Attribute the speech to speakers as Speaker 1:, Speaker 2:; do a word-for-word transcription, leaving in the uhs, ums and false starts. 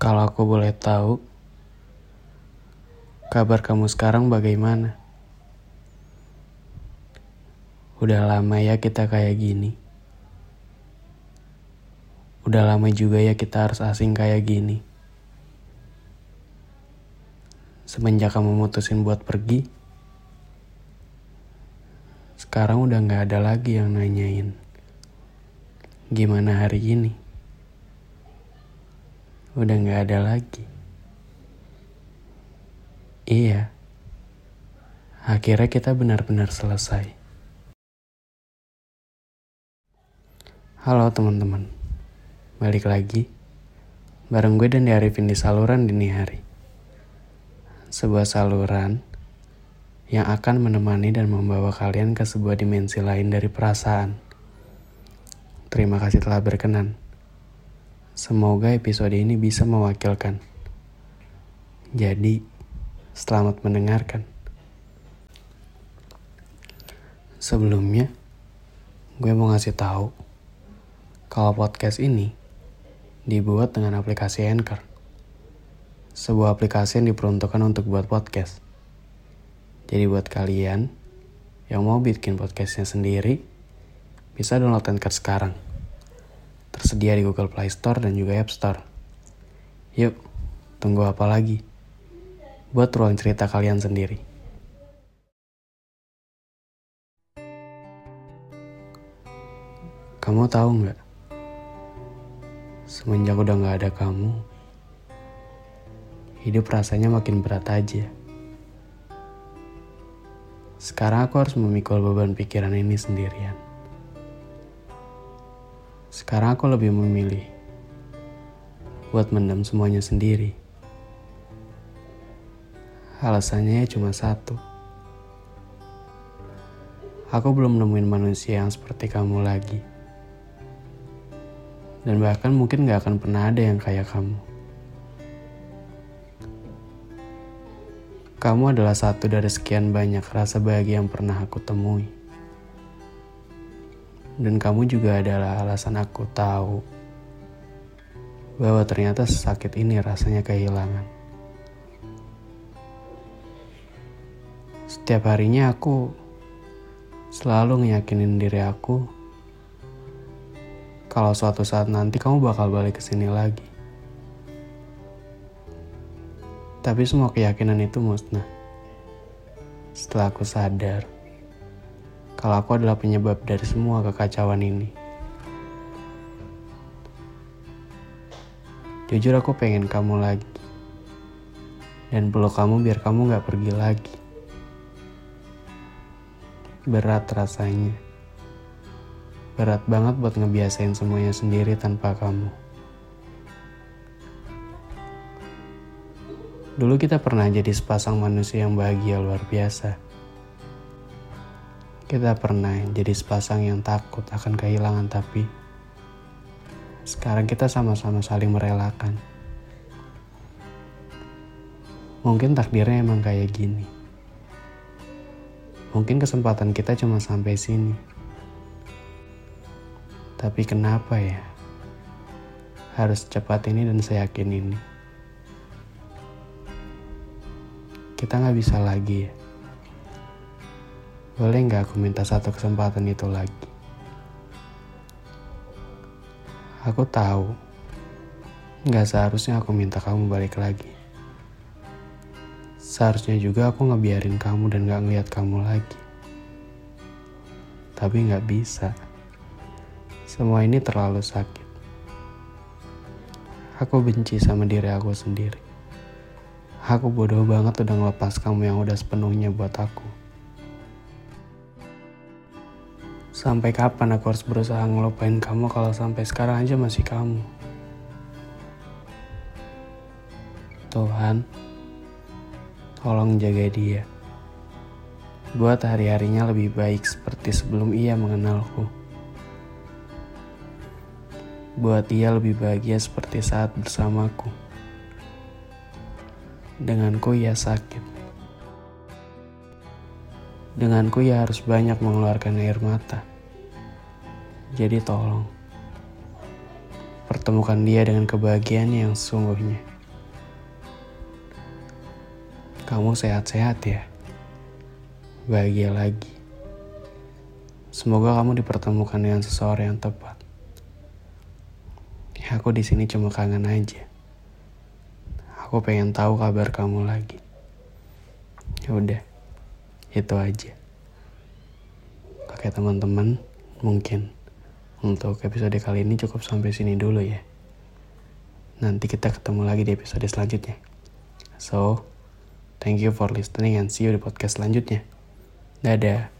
Speaker 1: Kalau aku boleh tahu, kabar kamu sekarang bagaimana? Udah lama ya kita kayak gini. Udah lama juga ya kita harus asing kayak gini. Semenjak kamu mutusin buat pergi, sekarang udah gak ada lagi yang nanyain gimana hari ini. Udah gak ada lagi. Iya, akhirnya kita benar-benar selesai. Halo teman-teman, balik lagi bareng gue dan Arifin di saluran dini hari. Sebuah saluran yang akan menemani dan membawa kalian ke sebuah dimensi lain dari perasaan. Terima kasih telah berkenan. Semoga episode ini bisa mewakilkan. Jadi, selamat mendengarkan. Sebelumnya, gue mau ngasih tahu kalau podcast ini dibuat dengan aplikasi Anchor. Sebuah aplikasi yang diperuntukkan untuk buat podcast. Jadi buat kalian yang mau bikin podcastnya sendiri, bisa download Anchor sekarang. Tersedia di Google Play Store dan juga App Store. Yuk, tunggu apa lagi? Buat ruang cerita kalian sendiri. Kamu tahu nggak? Semenjak udah nggak ada kamu, hidup rasanya makin berat aja. Sekarang aku harus memikul beban pikiran ini sendirian. Sekarang aku lebih memilih buat mendam semuanya sendiri. Alasannya cuma satu. Aku belum nemuin manusia yang seperti kamu lagi. Dan bahkan mungkin gak akan pernah ada yang kayak kamu. Kamu adalah satu dari sekian banyak rasa bahagia yang pernah aku temui. Dan kamu juga adalah alasan aku tahu bahwa ternyata sesakit ini rasanya kehilangan. Setiap harinya aku selalu ngeyakinin diri aku kalau suatu saat nanti kamu bakal balik ke sini lagi. Tapi semua keyakinan itu musnah setelah aku sadar kalau aku adalah penyebab dari semua kekacauan ini. Jujur aku pengen kamu lagi. Dan peluk kamu biar kamu gak pergi lagi. Berat rasanya. Berat banget buat ngebiasain semuanya sendiri tanpa kamu. Dulu kita pernah jadi sepasang manusia yang bahagia luar biasa. Kita pernah jadi sepasang yang takut akan kehilangan, tapi sekarang kita sama-sama saling merelakan. Mungkin takdirnya emang kayak gini. Mungkin kesempatan kita cuma sampai sini. Tapi kenapa ya? Harus cepat ini dan saya yakin ini. Kita gak bisa lagi ya. Boleh gak aku minta satu kesempatan itu lagi? Aku tahu gak seharusnya aku minta kamu balik lagi. Seharusnya juga aku ngebiarin kamu dan gak ngeliat kamu lagi. Tapi gak bisa. Semua ini terlalu sakit. Aku benci sama diri aku sendiri. Aku bodoh banget udah ngelepas kamu yang udah sepenuhnya buat aku. Sampai kapan aku harus berusaha ngelupain kamu kalau sampai sekarang aja masih kamu? Tuhan, tolong jaga dia. Buat hari-harinya lebih baik seperti sebelum ia mengenalku. Buat ia lebih bahagia seperti saat bersamaku. Denganku ia sakit. Denganku ia harus banyak mengeluarkan air mata. Jadi tolong, pertemukan dia dengan kebahagiaan yang sesungguhnya. kamu sehat-sehat ya. Bahagia lagi. Semoga kamu dipertemukan dengan seseorang yang tepat. Ya, aku di sini cuma kangen aja. Aku pengen tahu kabar kamu lagi. Ya udah, itu aja. Oke teman-teman, mungkin untuk episode kali ini cukup sampai sini dulu ya. Nanti kita ketemu lagi di episode selanjutnya. So, thank you for listening and see you di podcast selanjutnya. Dadah.